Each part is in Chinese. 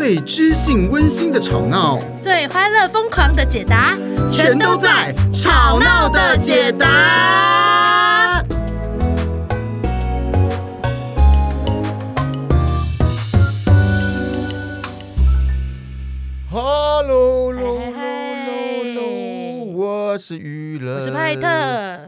最知性温馨的吵闹， 最欢乐疯狂的解答， 全都在吵闹的解答。Hello， 我是娱乐， 我是派特，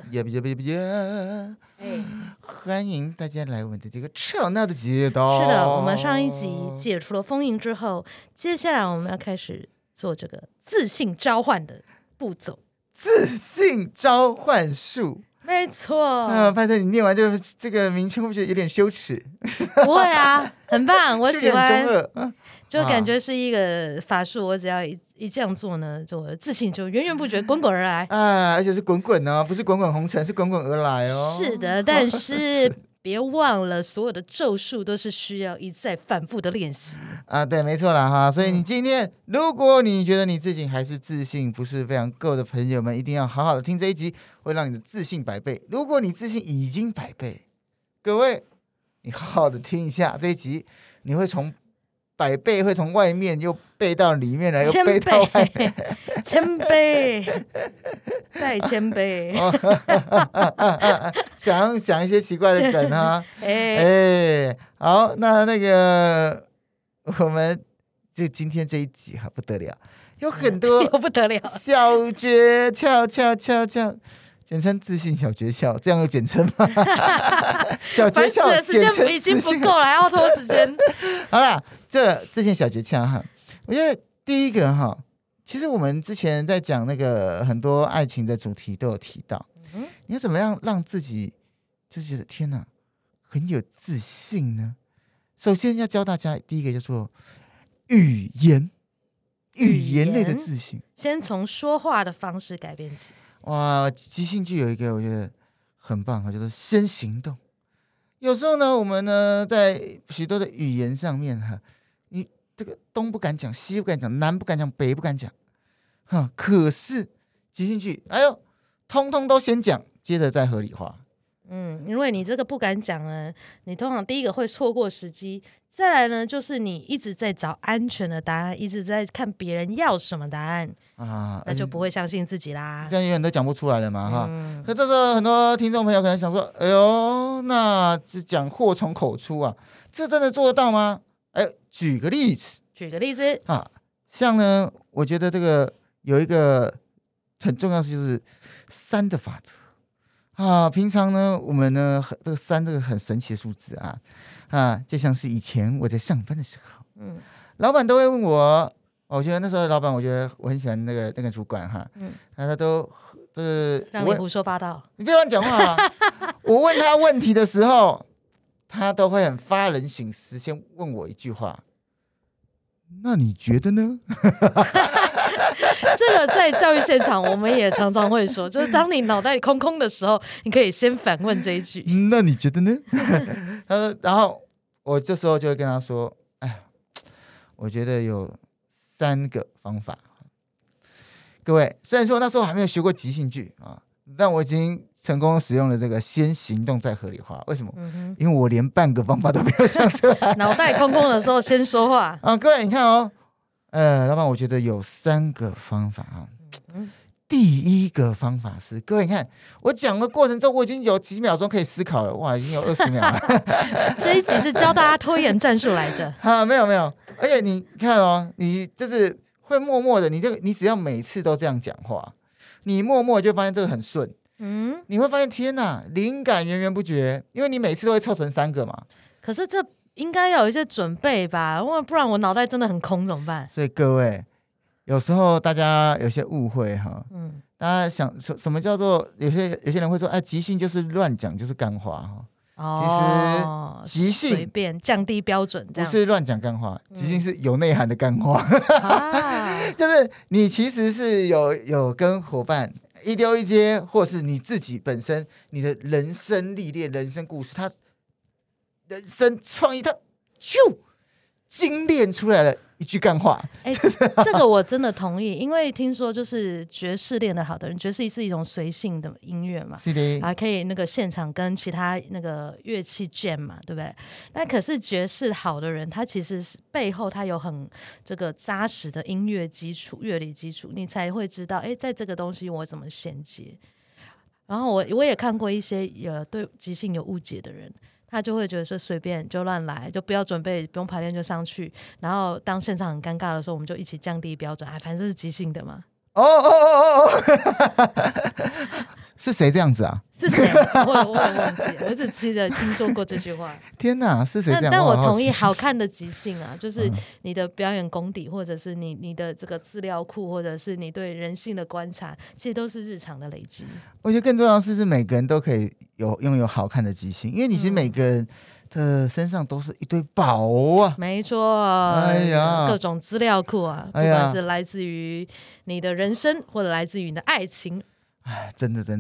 欢迎大家来我们的这个吵闹的解答。 是的，我们上一集解除了封印之后，接下来我们要开始做这个自信召唤的步骤。 自信召唤术， 没错。 派特，你念完这个名称，会不会觉得有点羞耻？ 不会啊，很棒，我喜欢。就感觉是一个法术，我只要一这样做呢，就我的自信就源源不绝滚滚而来啊！而且是滚滚哦，不是滚滚红尘，是滚滚而来哦。 是的，但是别忘了，所有的咒术都是需要一再反复的练习啊。对，没错啦哈。所以你今天，如果你觉得你自己还是自信不是非常够的朋友们，一定要好好的听这一集，会让你的自信百倍。如果你自信已经百倍，各位，你好好的听一下这一集，你会从百倍会从外面又背到里面来，又背到外面， 千倍，再千倍。 想一些奇怪的梗哈。好，那个我们就今天这一集哈不得了，有很多不得了小诀窍，简称自信小诀窍，这样有简称吗？小诀窍， 的时间已经不够了，还要拖时间。 好啦，这自信小诀窍哈，我觉得第一个哈，其实我们之前在讲那个很多爱情的主题都有提到，你要怎么样让自己就觉得天哪，很有自信呢？首先要教大家第一个叫做语言类的自信， 先从说话的方式改变起。 哇，即兴剧有一个我觉得很棒，叫做先行动。有时候呢，我们呢在许多的语言上面哈，你这个东不敢讲，西不敢讲，南不敢讲，北不敢讲，可是即兴剧，通通都先讲，接着再合理化。 因为你这个不敢讲呢，你通常第一个会错过时机，再来呢就是你一直在找安全的答案，一直在看别人要什么答案啊，那就不会相信自己啦。 这样永远都讲不出来了嘛哈。可这时候很多听众朋友可能想说，哎呦，那只讲祸从口出啊，这真的做得到吗？举个例子啊，像呢，我觉得这个有一个很重要的就是3的法则。平常呢，我们呢，这个3这个很神奇的数字就像是以前我在上班的时候，老板都会问我，我觉得那时候老板，我觉得我很喜欢那个主管他都让你胡说八道， 你不要乱讲话我问他问题的时候，他都会很发人省思，先问我一句话，那你觉得呢？ 这个在教育现场我们也常常会说，就是当你脑袋空空的时候，你可以先反问这一句， 那你觉得呢？然后我这时候就会跟他说，我觉得有3个方法。各位，虽然说那时候还没有学过即兴剧但我已经成功使用了这个先行动再合理化。为什么？因为我连半个方法都没有想出来。 脑袋空空的时候先说话各位你看老板，我觉得有3个方法第一个方法是，各位你看我讲的过程中，我已经有几秒钟可以思考了，哇，已经有20秒了。 这一集是教大家拖延战术来着。 没有，而且你看你就是会默默的，你只要每次都这样讲话，你默默就发现这个很顺。你会发现天哪，灵感源源不绝，因为你每次都会凑成3个嘛。 可是这应该要有一些准备吧，不然我脑袋真的很空怎么办？ 所以各位，有时候大家有些误会大家想什么叫做有些人会说，即兴就是乱讲，就是干话其实即兴随便降低标准，这样不是乱讲干话，即兴是有内涵的干话就是你其实是有跟伙伴一丢一接，或是你自己本身你的人生历练、人生故事，他人生创意，他精炼出来了一句干话。 这个我真的同意，因为听说就是爵士练得好的人，爵士是一种随性的音乐嘛， 是的， 还可以那个现场跟其他那个乐器 jam 嘛，对不对？但可是爵士好的人，他其实是背后他有很这个扎实的音乐基础、乐理基础，你才会知道，在这个东西我怎么衔接。然后我也看过一些对即兴有误解的人。他就会觉得说随便就乱来，就不要准备，不用排练就上去，然后当现场很尴尬的时候，我们就一起降低标准，反正这是即兴的嘛。 是谁这样子啊？ 是谁？我也忘记了，我只记得听说过这句话。 天哪，是谁这样？ 但我同意，好看的即兴啊，就是你的表演功底，或者是你的这个资料库，或者是你对人性的观察，其实都是日常的累积。 我觉得更重要的是每个人都可以拥有好看的即兴，因为你其实每个人的身上都是一堆宝啊。 没错，各种资料库啊，不管是来自于你的人生，或者来自于你的爱情。 真的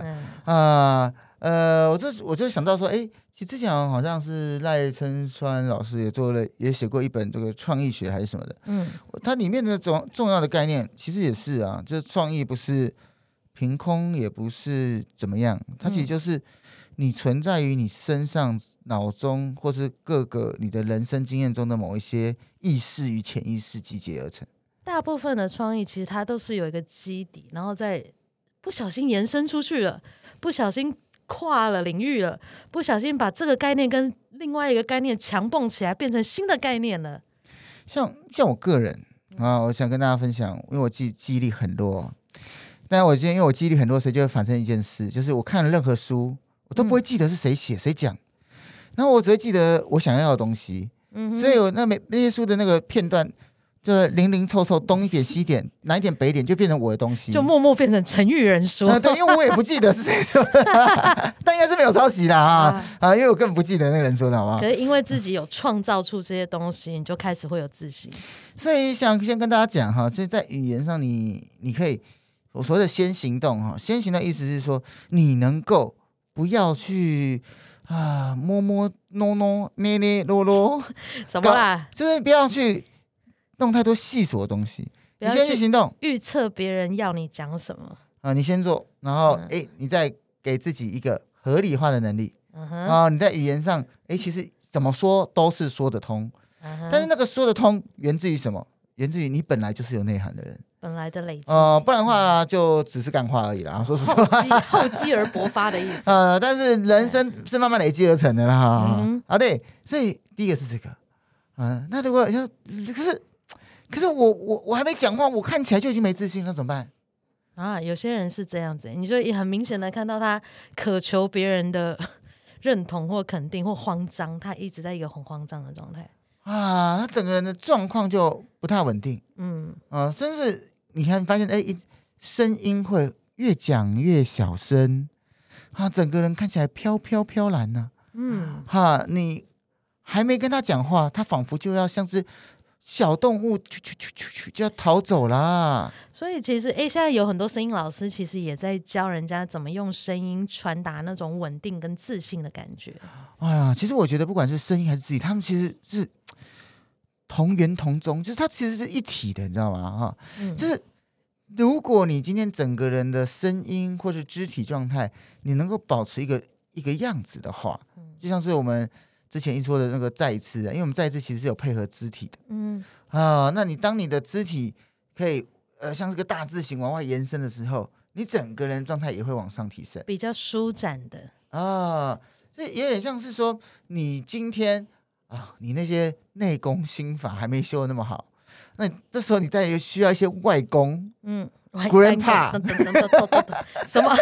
我就想到说，其实之前好像是赖声川老师也写过一本这个创意学还是什么的，它里面的重要的概念其实也是啊，就是创意不是凭空，也不是怎么样，它其实就是你存在于你身上、脑中或是各个你的人生经验中的某一些意识与潜意识集结而成。 大部分的创意其实它都是有一个基底，然后再不小心延伸出去了，不小心跨了领域了，不小心把这个概念跟另外一个概念强蹦起来，变成新的概念了。 像我个人啊，我想跟大家分享，因为我记忆力很弱，但我因为我记忆力很弱，所以就会产生一件事，就是我看了任何书，我都不会记得是谁写谁讲，然后我只会记得我想要的东西，所以我那些书的那个片段。就零零凑凑，东一点西一点，南一点北一点，就变成我的东西， 就默默变成成语人说。 对，因为我也不记得是谁说的，但应该是没有抄袭啦因为我根本不记得那个人说的，好不好？ 可是因为自己有创造出这些东西，你就开始会有自信。 所以想先跟大家讲哈，就是在语言上你可以我所谓的先行动哈，先行的意思是说你能够不要去摸摸弄弄捏捏啰啰什么啦， 就是不要去弄太多细琐的东西，你先去行动， 预测别人要你讲什么你先做，然后你再给自己一个合理化的能力，你在语言上其实怎么说都是说得通，但是那个说得通源自于什么？源自于你本来就是有内涵的人， 本来的累积， 不然的话就只是干话而已啦。说实话， 厚积而薄发的意思。 但是人生是慢慢累积而成的啦。对，所以第一个是这个，那如果可是我还没讲话，我看起来就已经没自信了，怎么办？ 有些人是这样子，你就也很明显的看到他渴求别人的认同或肯定或慌张，他一直在一个很慌张的状态他整个人的状况就不太稳定，甚至你看发现声音会越讲越小声，整个人看起来飘飘飘然呢，你还没跟他讲话，他仿佛就要像是小动物就要逃走啦。 所以其实现在有很多声音老师其实也在教人家怎么用声音传达那种稳定跟自信的感觉。 其实我觉得不管是声音还是字体，他们其实是同源同宗，就是它其实是一体的，你知道吗？就是如果你今天整个人的声音或是肢体状态你能够保持一个样子的话，就像是我们之前一说的那个再一次，因为我们再一次其实是有配合肢体的，那你当你的肢体可以像是个大字形往外延伸的时候，你整个人状态也会往上提升， 比较舒展的这也有点像是说你今天你那些内功心法还没修的那么好，那这时候你再需要一些外功，grandpa 什么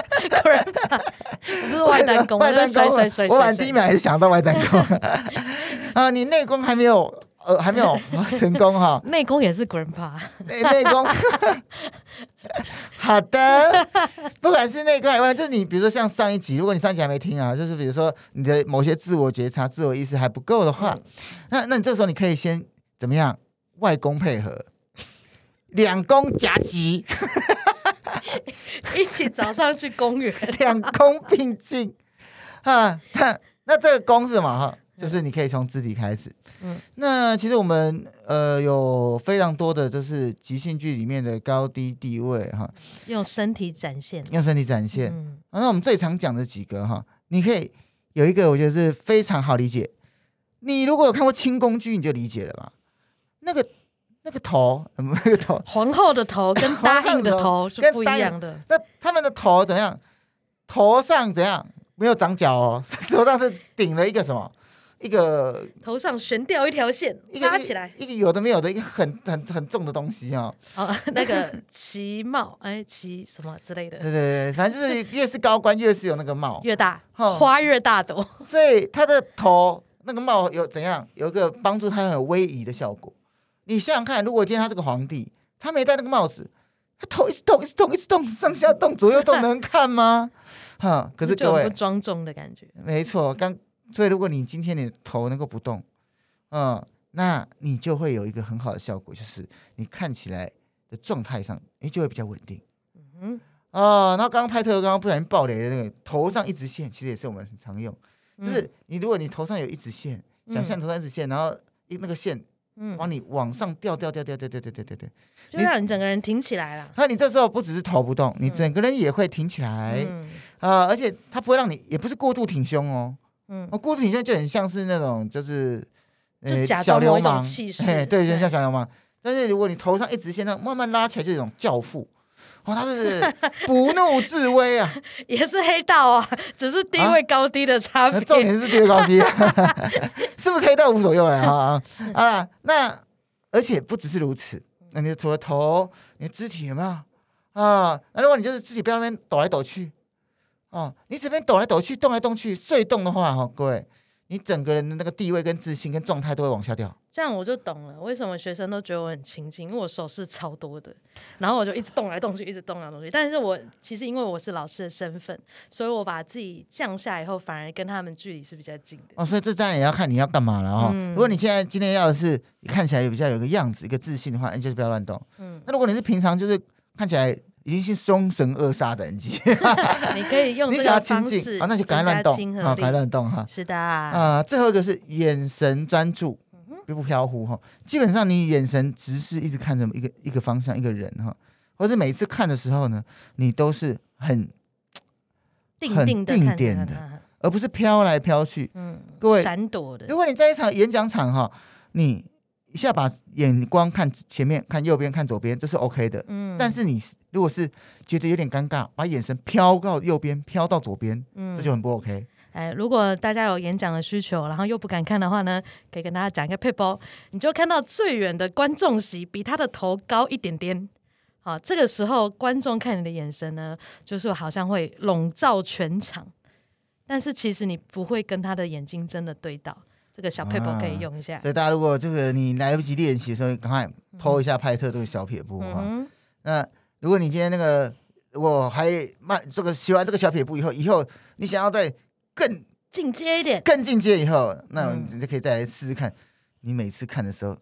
grandpa 不是外单功， 外单功，我晚第一秒还是想到外单功你内功还没有成功哈， 内功也是 grandpa 内功好的，不管是内功还是外，就是你比如说像上一集，如果你上一集还没听就是比如说你的某些自我觉察、自我意识还不够的话，那你这时候你可以先怎么样？外功配合，两功夹击一起早上去公园， 两功并进那这个功是什么就是你可以从肢体开始。那其实我们有非常多的就是即兴剧里面的高低地位哈， 用身体展现。 那我们最常讲的几个哈，你可以有一个我觉得是非常好理解。你如果有看过轻功剧，你就理解了吧？那个头， 皇后的头跟答应的头是不一样的。 那他们的头怎样？头上怎样？没有长角哦，头上是顶了一个什么？一个头上悬吊一条线，拉起来， 一个有的没有的一个很重的东西哦。 那个旗帽，旗什么之类的。 对，反正就是越是高官越是有那个帽， 越大，花越大朵。 所以他的头那个帽有怎样？有一个帮助他很有威仪的效果。你想想看，如果今天他是个皇帝，他没戴那个帽子，他头一直动，上下动，左右动，能看吗？可是各位就很不庄重的感觉。 没错，所以如果你今天你的头能够不动，那你就会有一个很好的效果，就是你看起来的状态上，就会比较稳定。然后刚刚不小心爆雷的那个头上一直线，其实也是我们很常用，就是如果你头上有一直线，想象头上一直线，然后那个线往你往上掉，对， 就让你整个人挺起来了。 那你这时候不只是头不动，你整个人也会挺起来，而且它不会让你，也不是过度挺胸哦。过度挺胸就很像是那种就是假装某一种气势， 对，就像小流氓。但是如果你头上一直线，慢慢拉起来，就是一种教父。他是不怒自威啊， 也是黑道啊，只是地位高低的差别。 重点是地位高低，是不是黑道无所谓啊？那而且不只是如此，那你除了头，你的肢体有没有那如果你就是肢体不要那边抖来抖去你这边抖来抖去，动来动去，碎动的话各位，你整个人的那个地位跟自信跟状态都会往下掉。 这样我就懂了，为什么学生都觉得我很亲近，因为我手势超多的，然后我就一直动来动去，但是我其实因为我是老师的身份，所以我把自己降下来以后，反而跟他们距离是比较近的。 所以这当然也要看你要干嘛了如果你今天要的是看起来比较有个样子，一个自信的话，你就是不要乱动。那如果你是平常就是看起来已经是凶神恶煞的人机， 你可以用这个方式那就赶快乱动，赶快乱动哈。 是的最后一个是眼神专注，不飘忽基本上你眼神直视，一直看着一个方向一个人或者每一次看的时候呢，你都是很定点的，而不是飘来飘去。各位闪躲的。 如果你在一场演讲场你一下把眼光看前面、看右边、看左边，这是 OK 的。但是你如果是觉得有点尴尬，把眼神飘到右边、飘到左边，这就很不 OK。 如果大家有演讲的需求，然后又不敢看的话呢，可以跟大家讲一个撇步，你就看到最远的观众席比他的头高一点点。好，这个时候观众看你的眼神呢，就是好像会笼罩全场，但是其实你不会跟他的眼睛真的对到。这个小撇步可以用一下。 所以大家如果这个你来不及练习的时候，赶快偷一下派特这个小撇步那如果你今天那个我还这个学完这个小撇步以后你想要再更进阶一点， 更进阶以后，那你就可以再来试试看。你每次看的时候，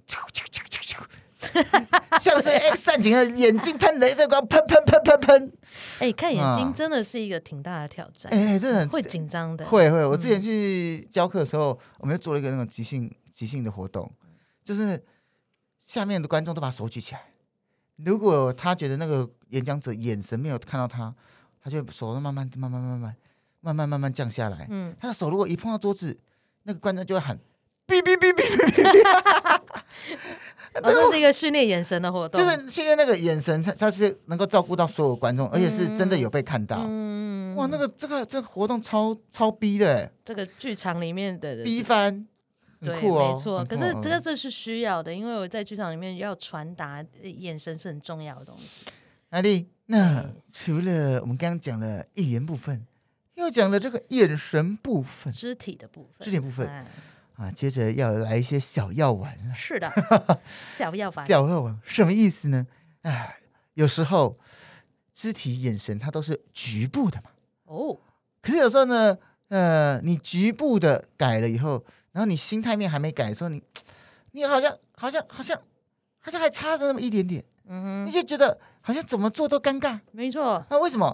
像是 X 战警的眼睛喷雷射光，喷。 看眼睛真的是一个挺大的挑战，真的会紧张的。 会，我之前去教课的时候，我们就做了一个那种即兴的活动，就是下面的观众都把手举起来，如果他觉得那个演讲者眼神没有看到他，他就手慢慢降下来。他的手如果一碰到桌子，那个观众就会喊哔哔哔哔哔。 这是一个训练眼神的活动， 就是训练那个眼神，它是能够照顾到所有观众，而且是真的有被看到。哇，这个活动超逼的， 这个剧场里面的逼翻，很酷没错。可是这是需要的，因为我在剧场里面要传达眼神是很重要的东西。 阿丽，那除了我们刚刚讲了语言部分，又讲了这个眼神部分， 肢体的部分。接着要来一些小药丸了。 是的，小药丸什么意思呢？有时候肢体眼神它都是局部的嘛。可是有时候呢，你局部的改了以后，然后你心态面还没改的时候，你好像还差着那么一点点。你就觉得好像怎么做都尴尬。 没错。 那为什么？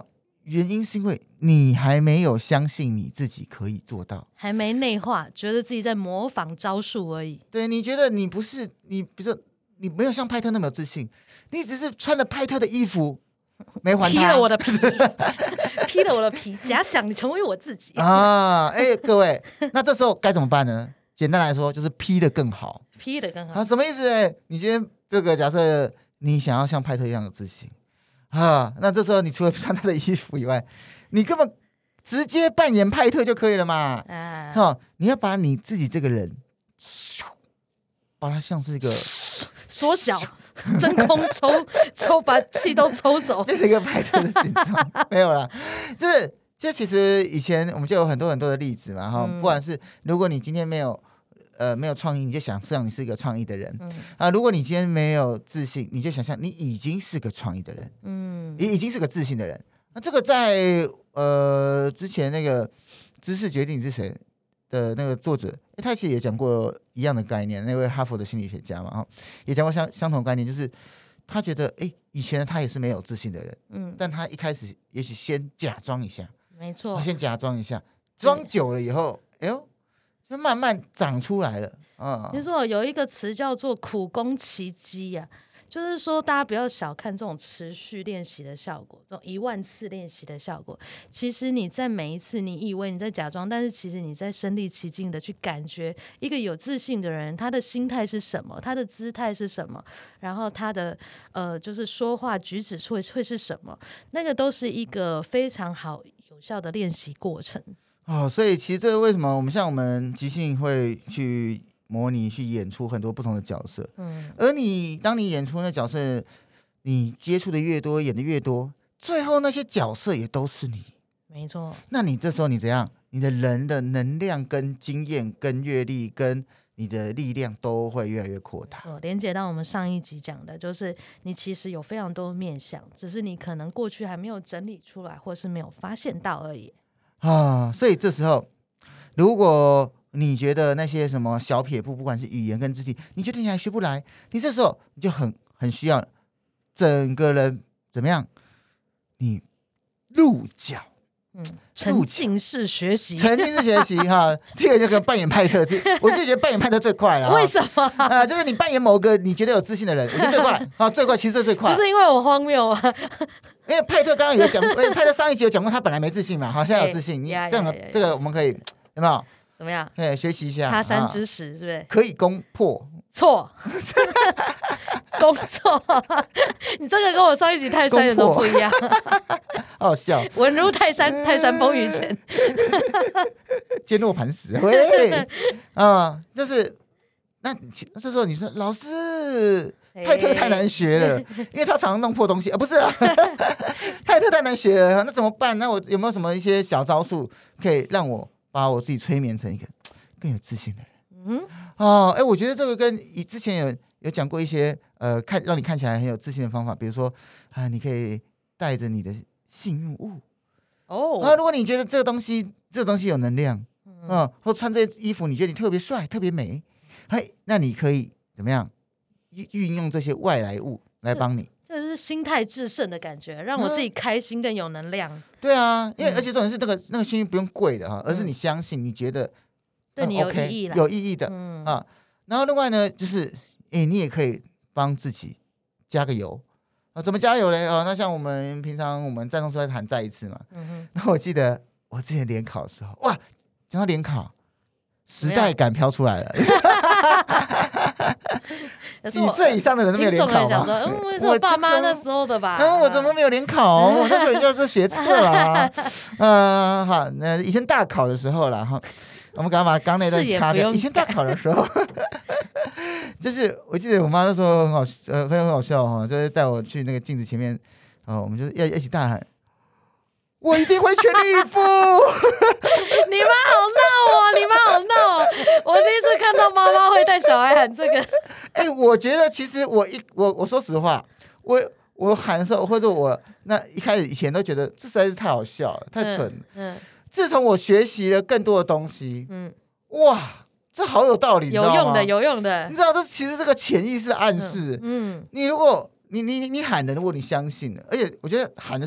原因是因为你还没有相信你自己可以做到， 还没内化，觉得自己在模仿招数而已。 对，你觉得你不是你，比如说你没有像派特那么有自信，你只是穿了派特的衣服没还他， 披了我的皮披了我的皮，假想你成为我自己啊！各位，那这时候该怎么办呢？简单来说就是披得更好， 披得更好什么意思？你今天这个假设你想要像派特一样有自信那这时候你除了穿他的衣服以外，你根本直接扮演派特就可以了嘛。你要把你自己这个人把它像是一个缩小真空抽把气都抽走， 变成一个派特的形状没有啦，这其实以前我们就有很多很多的例子嘛不管是如果你今天没有创意，你就想象你是一个创意的人如果你今天没有自信，你就想象你已经是个创意的人已经是个自信的人。那这个在之前那个知识决定是谁的那个作者他其实也讲过一样的概念，那位哈佛的心理学家嘛也讲过相同的概念，就是他觉得以前他也是没有自信的人但他一开始也许先假装一下， 没错， 先假装一下，装久了以后就慢慢长出来了比如说有一个词叫做苦工奇迹就是说大家不要小看这种持续练习的效果，这种10000次练习的效果。其实你在每一次你以为你在假装，但是其实你在身临其境的去感觉一个有自信的人他的心态是什么，他的姿态是什么，然后他的就是说话举止会是什么，那个都是一个非常好有效的练习过程所以其实这个为什么我们即兴会去模拟去演出很多不同的角色而当你演出那角色，你接触的越多，演的越多，最后那些角色也都是你， 没错。 那你这时候你怎样，你的人的能量跟经验跟阅历跟你的力量都会越来越扩大连接到我们上一集讲的，就是你其实有非常多面向，只是你可能过去还没有整理出来，或是没有发现到而已所以这时候如果你觉得那些什么小撇步，不管是语言跟肢体，你觉得你还学不来，你这时候你就很需要整个人怎么样？你入角， 沉浸式学习， 沉浸式学习第二个就扮演派特，我就觉得扮演派特最快了。 为什么？ 就是你扮演某个你觉得有自信的人，我觉得最快最快，其实最快。 不是因为我荒谬啊？ 因为派特刚刚有讲，派特上一集有讲过，他本来没自信嘛，现在有自信。你这个我们可以有没有？ 怎么样？ 学习一下他山之石，是不是可以攻破？ 错，攻错。你这个跟我上一集泰山有什么不一样？ 好笑， 稳如泰山崩于前， 坚若磐石。就是那这时候你说老师。派特太难学了，因为他常常弄破东西不是啦，派特太难学了，那怎么办？那我有没有什么一些小招数可以让我把我自己催眠成一个更有自信的人？我觉得这个跟之前有讲过一些让你看起来很有自信的方法，比如说你可以带着你的幸运物如果你觉得这个东西有能量或穿这些衣服你觉得你特别帅特别美那你可以怎么样运用这些外来物来帮你， 这是心态制胜的感觉，让我自己开心更有能量。 对啊，因为而且重点是那个幸运不用贵的而是你相信你觉得对你有意义啦， 有意义的然后另外呢就是你也可以帮自己加个油怎么加油嘞那像我们平常我们站中是会喊再一次嘛那我记得我之前联考的时候哇，讲到联考时代感飘出来了几岁以上的人都没有联考吗？ 是我爸妈那时候的吧我怎么没有联考我那时候就是学测啦好，那以前大考的时候啦我们把刚那段擦掉。以前大考的时候就是我记得我妈那时候很好笑就是带我去那个镜子前面我们就要一起大喊我一定会全力以赴你妈好闹我第一次看到妈妈会带小孩喊这个我觉得其实我说实话我喊的时候或者我那一开始以前都觉得这实在是太好笑了太蠢了自从我学习了更多的东西哇这好有道理， 有用的你知道这其实是个潜意识暗示你如果你喊的如果你相信了而且我觉得喊的是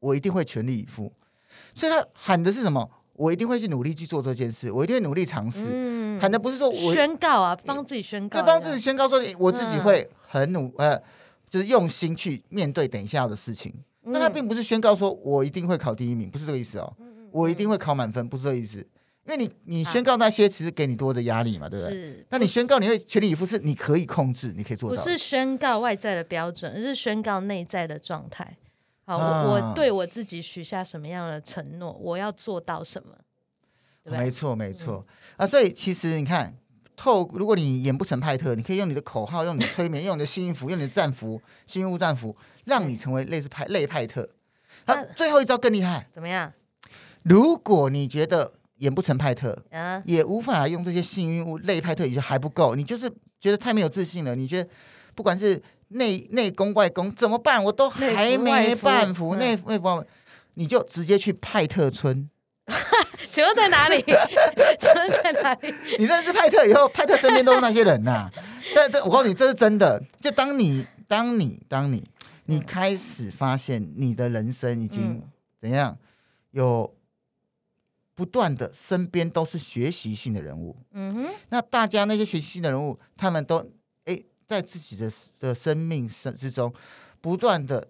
我一定会全力以赴。所以他喊的是什么？我一定会去努力去做这件事，我一定会努力尝试。喊的不是说我宣告啊，帮自己宣告， 对，帮自己宣告说我自己会很就是用心去面对等一下的事情。那他并不是宣告说我一定会考第1名，不是这个意思哦。我一定会考满分，不是这个意思。因为你宣告那些，其实给你多的压力嘛，对不对？那你宣告你会全力以赴，是你可以控制，你可以做到的。 不是宣告外在的标准，而是宣告内在的状态。好，我对我自己许下什么样的承诺，我要做到什么，对不对？ 没错，没错。所以其实你看，如果你演不成派特，你可以用你的口号，用你的催眠，用你的幸运符，用你的战符，幸运物战符，让你成为类派特。最后一招更厉害， 怎么样？ 如果你觉得演不成派特，也无法用这些幸运物类派特，也还不够，你就是觉得太没有自信了，你觉得不管是内功外功怎么办，我都还没办法，内服你就直接去派特村。 请问在哪里？请问在哪里？ 你认识派特以后，派特身边都是那些人呐。但我告诉你，这是真的。就当你开始发现你的人生已经怎样，有不断的身边都是学习性的人物。那大家那些学习性的人物，他们都在自己的生命之中不断的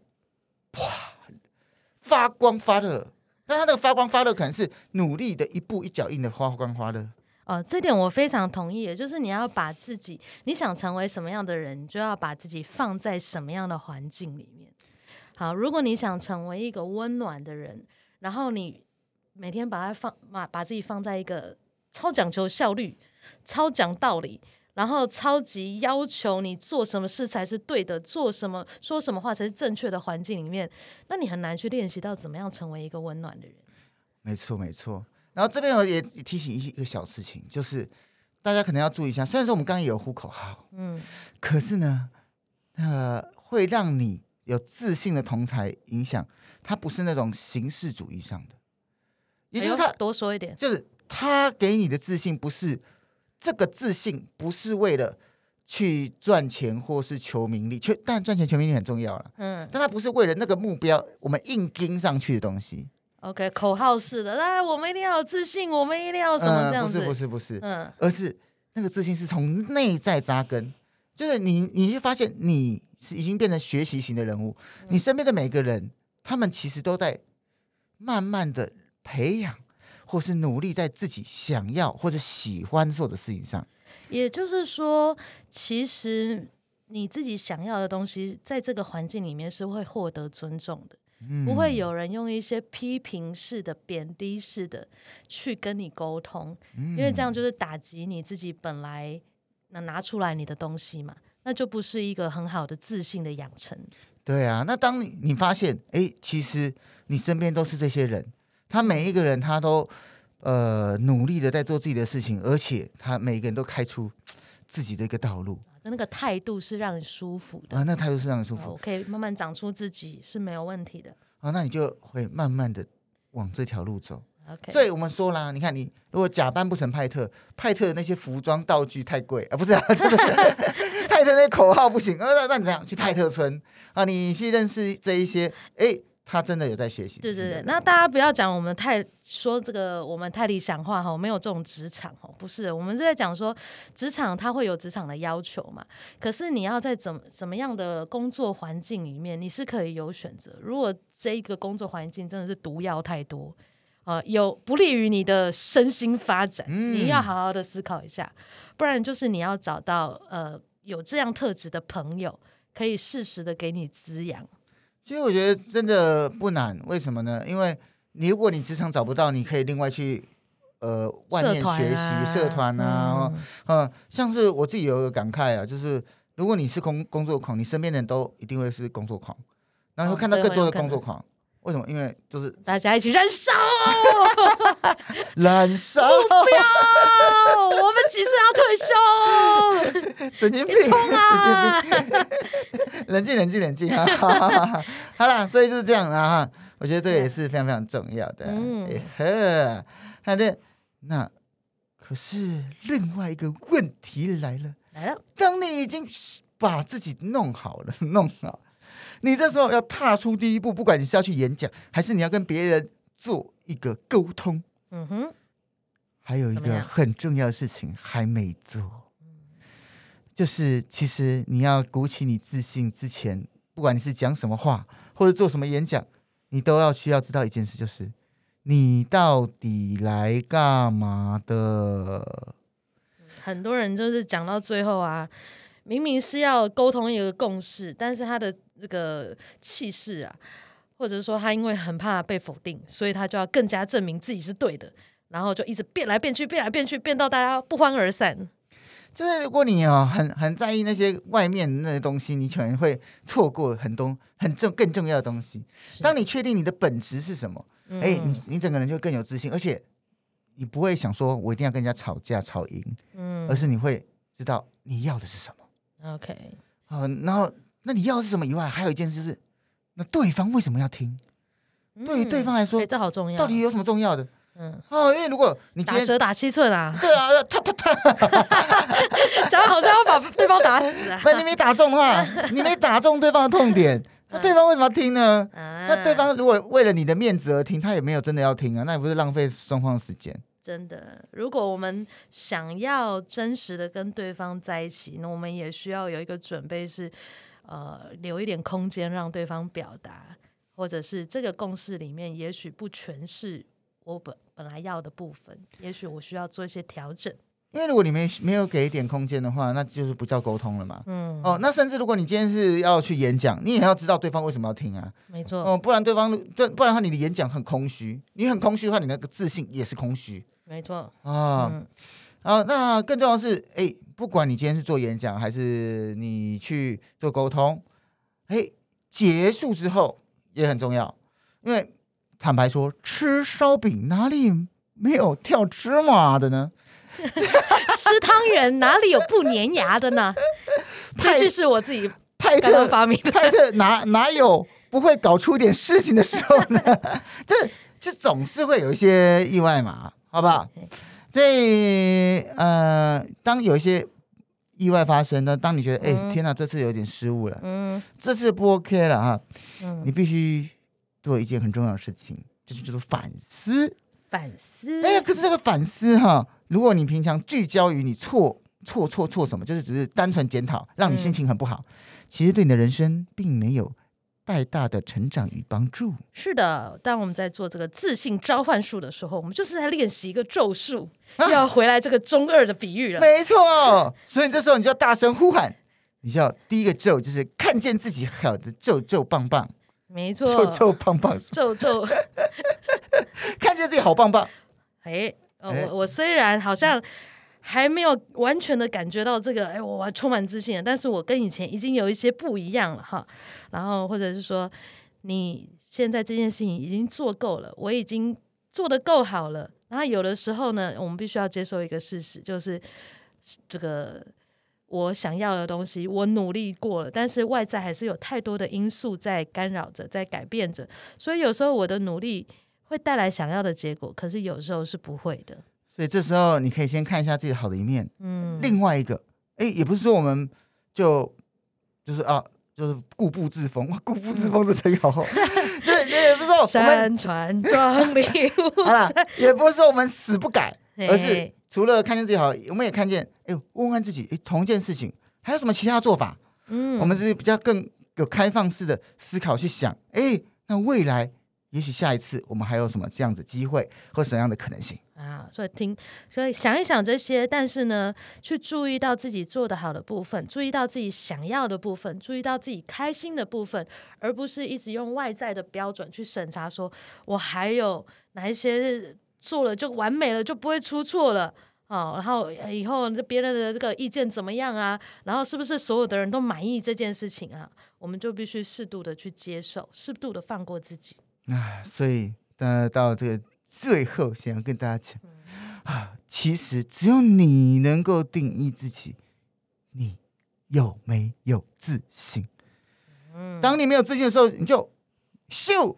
发光发热。那他那个发光发热可能是努力的一步一脚印的发光发热。 这点我非常同意，就是你要把自己，你想成为什么样的人，你就要把自己放在什么样的环境里面。好，如果你想成为一个温暖的人，然后你每天把自己放在一个超讲求效率、超讲道理，然后超级要求你做什么事才是对的，做什么说什么话才是正确的环境里面，那你很难去练习到怎么样成为一个温暖的人。 没错没错。然后这边我也提醒一个小事情，就是大家可能要注意一下，虽然说我们刚刚也有呼口号，可是呢会让你有自信的同侪影响，它不是那种形式主义上的，也就是他多说一点， 就是他给你的自信不是这个自信，不是为了去赚钱或是求名利，但赚钱求名利很重要了，但他不是为了那个目标我们硬盯上去的东西。 OK， 口号式的，我们一定要有自信，我们一定要什么这样子？ 不是，而是那个自信是从内在扎根，就是你会发现你是已经变成学习型的人物，你身边的每个人，他们其实都在慢慢的培养，或是努力在自己想要或者喜欢做的事情上。 也就是说，其实你自己想要的东西，在这个环境里面是会获得尊重的。不会有人用一些批评式的、贬低式的去跟你沟通，因为这样就是打击你自己本来能拿出来你的东西嘛，那就不是一个很好的自信的养成。 对啊，那当你发现，其实你身边都是这些人，他每一个人他都努力的在做自己的事情，而且他每一个人都开出自己的一个道路。 那个态度是让你舒服的那态度是让你舒服， 我可以慢慢长出自己是没有问题的那你就会慢慢的往这条路走。 Okay. 所以我们说啦，你看你如果假扮不成派特的那些服装道具太贵不是就是派特那些口号不行那你怎样去派特村你去认识这一些他真的有在学习。 对，那大家不要讲我们说这个我们太理想化没有这种职场不是，我们是在讲说职场它会有职场的要求嘛，可是你要在怎么样的工作环境里面，你是可以有选择。如果这一个工作环境真的是毒药太多有不利于你的身心发展，你要好好的思考一下，不然就是你要找到有这样特质的朋友，可以适时的给你滋养。 其实我觉得真的不难，为什么呢？因为如果你职场找不到，你可以另外去外面学习社团像是我自己有一个感慨就是如果你是工作狂，你身边的人都一定会是工作狂，然后会看到更多的工作狂。为什么？因为就是大家一起燃烧燃烧目标，我们几时要退休？神经病， 冲啊！ 冷静好啦，所以就是这样啦我觉得这个也是非常非常重要的。那可是另外一个问题来了，当你已经把自己弄好， 你这时候要踏出第一步，不管你是要去演讲，还是你要跟别人做一个沟通，还有一个很重要的事情还没做，就是其实你要鼓起你自信之前，不管你是讲什么话或者做什么演讲，你都需要知道一件事，就是你到底来干嘛的。 很多人就是讲到最后啊，明明是要沟通一个共识，但是他的这个气势啊，或者说他因为很怕被否定，所以他就要更加证明自己是对的，然后就一直变来变去，变到大家不欢而散。 就是如果你很在意那些外面那些东西，你可能会错过很多更重要的东西。当你确定你的本质是什么，你整个人就更有自信，而且你不会想说我一定要跟人家吵架吵赢，而是你会知道你要的是什么。 OK， 然后那你要的是什么以外，还有一件事是，那对方为什么要听？对于对方来说， 这好重要。 到底有什么重要的？因为如果你今天打蛇打7寸啊， 对啊， 讲好像要把对方打死啊。 你没打中的话，你没打中对方的痛点，那对方为什么要听呢？那对方如果为了你的面子而听，他也没有真的要听啊，那也不是浪费双方的时间。 真的，如果我们想要真实的跟对方在一起，那我们也需要有一个准备是，留一点空间让对方表达，或者是这个共识里面也许不全是我本来要的部分，也许我需要做一些调整。 因为如果你没有给一点空间的话，那就是不叫沟通了嘛。那甚至如果你今天是要去演讲，你也要知道对方为什么要听啊。 没错。 不然的话，你的演讲很空虚，你很空虚的话，你那个自信也是空虚。 没错。 那更重要的是，不管你今天是做演讲还是你去做沟通，结束之后也很重要，因为坦白说，吃烧饼哪里没有跳芝麻的呢？ 吃汤圆哪里有不粘牙的呢？这句是我自己刚刚发明的。 派特哪有不会搞出点事情的时候呢？这总是会有一些意外嘛，好不好？所以当有一些意外发生呢，当你觉得天哪，这次有点失误了，这次不 OK 了啊，你必须做一件很重要的事情，就是叫做反思。可是这个反思如果你平常聚焦于你错什么，就是只是单纯检讨，让你心情很不好，其实对你的人生并没有太大的成长与帮助。 是的，当我们在做这个自信召唤术的时候，我们就是在练习一个咒术，要回来这个中二的比喻了。 没错，所以这时候你就要大声呼喊，你就要第一个咒就是看见自己好的咒棒棒。 没错， 咒棒棒， 咒看见自己好棒棒。 我虽然好像还没有完全的感觉到这个，我充满自信了，但是我跟以前已经有一些不一样了哈。然后或者是说，你现在这件事情已经做够了，我已经做得够好了。然后有的时候呢，我们必须要接受一个事实，就是这个我想要的东西，我努力过了，但是外在还是有太多的因素在干扰着，在改变着，所以有时候我的努力会带来想要的结果，可是有时候是不会的。 所以这时候你可以先看一下自己好的一面。另外一个，也不是说我们就是固步自封，固步自封这成语好厚。就是也不是说我们山川壮丽好啦，也不是说我们死不改，而是除了看见自己好，我们也看见，问问自己，同一件事情还有什么其他做法？我们是比较更有开放式的思考去想，那未来也许下一次我们还有什么这样子机会或什么样的可能性啊？所以想一想这些，但是呢，去注意到自己做得好的部分，注意到自己想要的部分，注意到自己开心的部分，而不是一直用外在的标准去审查，说我还有哪一些做了就完美了，就不会出错了。然后以后别人的这个意见怎么样啊？然后是不是所有的人都满意这件事情啊？我们就必须适度的去接受，适度的放过自己。 所以到这个最后，想要跟大家讲其实只有你能够定义自己，你有没有自信？当你没有自信的时候，你就咻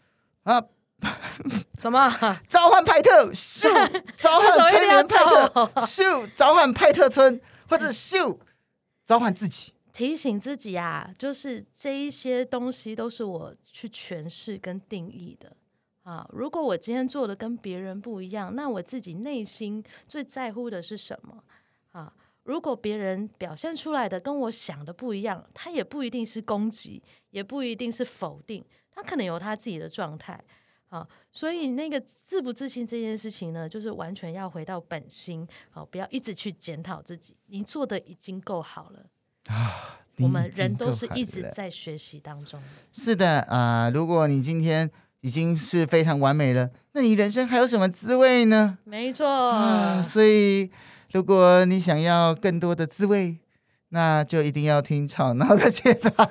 什么召唤派特咻，召唤催眠派特咻，召唤派特村，或者咻召唤自己。 提醒自己啊，就是这一些东西都是我去诠释跟定义的啊。如果我今天做的跟别人不一样，那我自己内心最在乎的是什么啊？如果别人表现出来的跟我想的不一样，他也不一定是攻击，也不一定是否定，他可能有他自己的状态啊。所以那个自不自信这件事情呢，就是完全要回到本心，不要一直去检讨自己，你做的已经够好了啊。我们人都是一直在学习当中。 是的啊，如果你今天已经是非常完美了，那你人生还有什么滋味呢？ 没错所以如果你想要更多的滋味，那就一定要听吵闹的解答。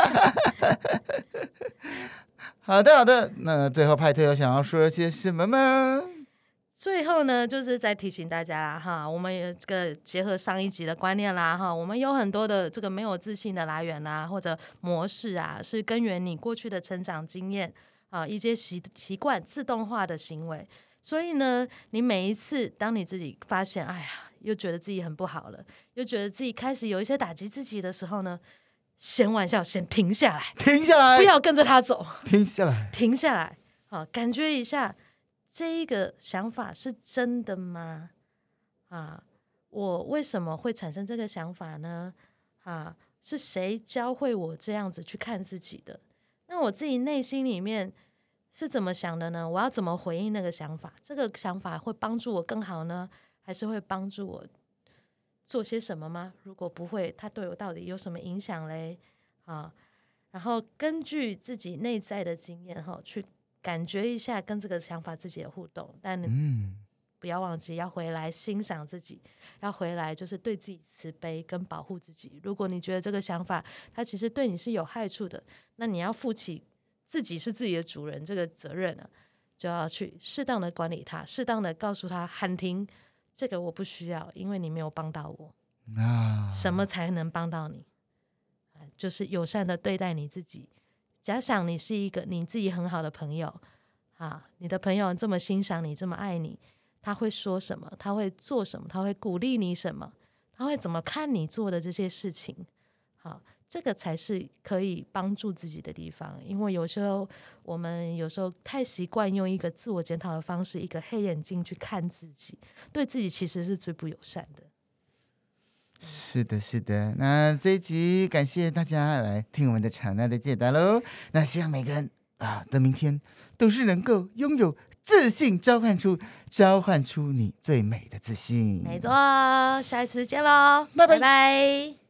好的，那最后派特有想要说些什么吗？ 最后呢，就是再提醒大家啦哈，我们有这个结合上一集的观念啦哈，我们有很多的这个没有自信的来源啦，或者模式啊，是根源你过去的成长经验啊，一些习惯自动化的行为。所以呢，你每一次当你自己发现，哎呀，又觉得自己很不好了，又觉得自己开始有一些打击自己的时候呢，先玩笑，先停下来，不要跟着他走，停下来，好，感觉一下。这一个想法是真的吗？我为什么会产生这个想法呢？是谁教会我这样子去看自己的？那我自己内心里面是怎么想的呢？我要怎么回应那个想法？这个想法会帮助我更好呢，还是会帮助我做些什么吗？如果不会，它对我到底有什么影响嘞？然后根据自己内在的经验去感觉一下跟这个想法自己的互动，但不要忘记要回来欣赏自己，要回来就是对自己慈悲跟保护自己。如果你觉得这个想法它其实对你是有害处的，那你要负起自己是自己的主人这个责任啊，就要去适当的管理它，适当的告诉他喊停，这个我不需要，因为你没有帮到我什么才能帮到你？就是友善的对待你自己。假想你是一个你自己很好的朋友你的朋友这么欣赏你，这么爱你，他会说什么？他会做什么？他会鼓励你什么？他会怎么看你做的这些事情？这个才是可以帮助自己的地方。因为我们有时候太习惯用一个自我检讨的方式，一个黑眼镜去看自己，对自己其实是最不友善的。 是的，那这一集感谢大家来听我们的吵闹的解答咯。那希望每个人的明天都是能够拥有自信，召唤出你最美的自信。 没错，下一次见咯， 拜拜。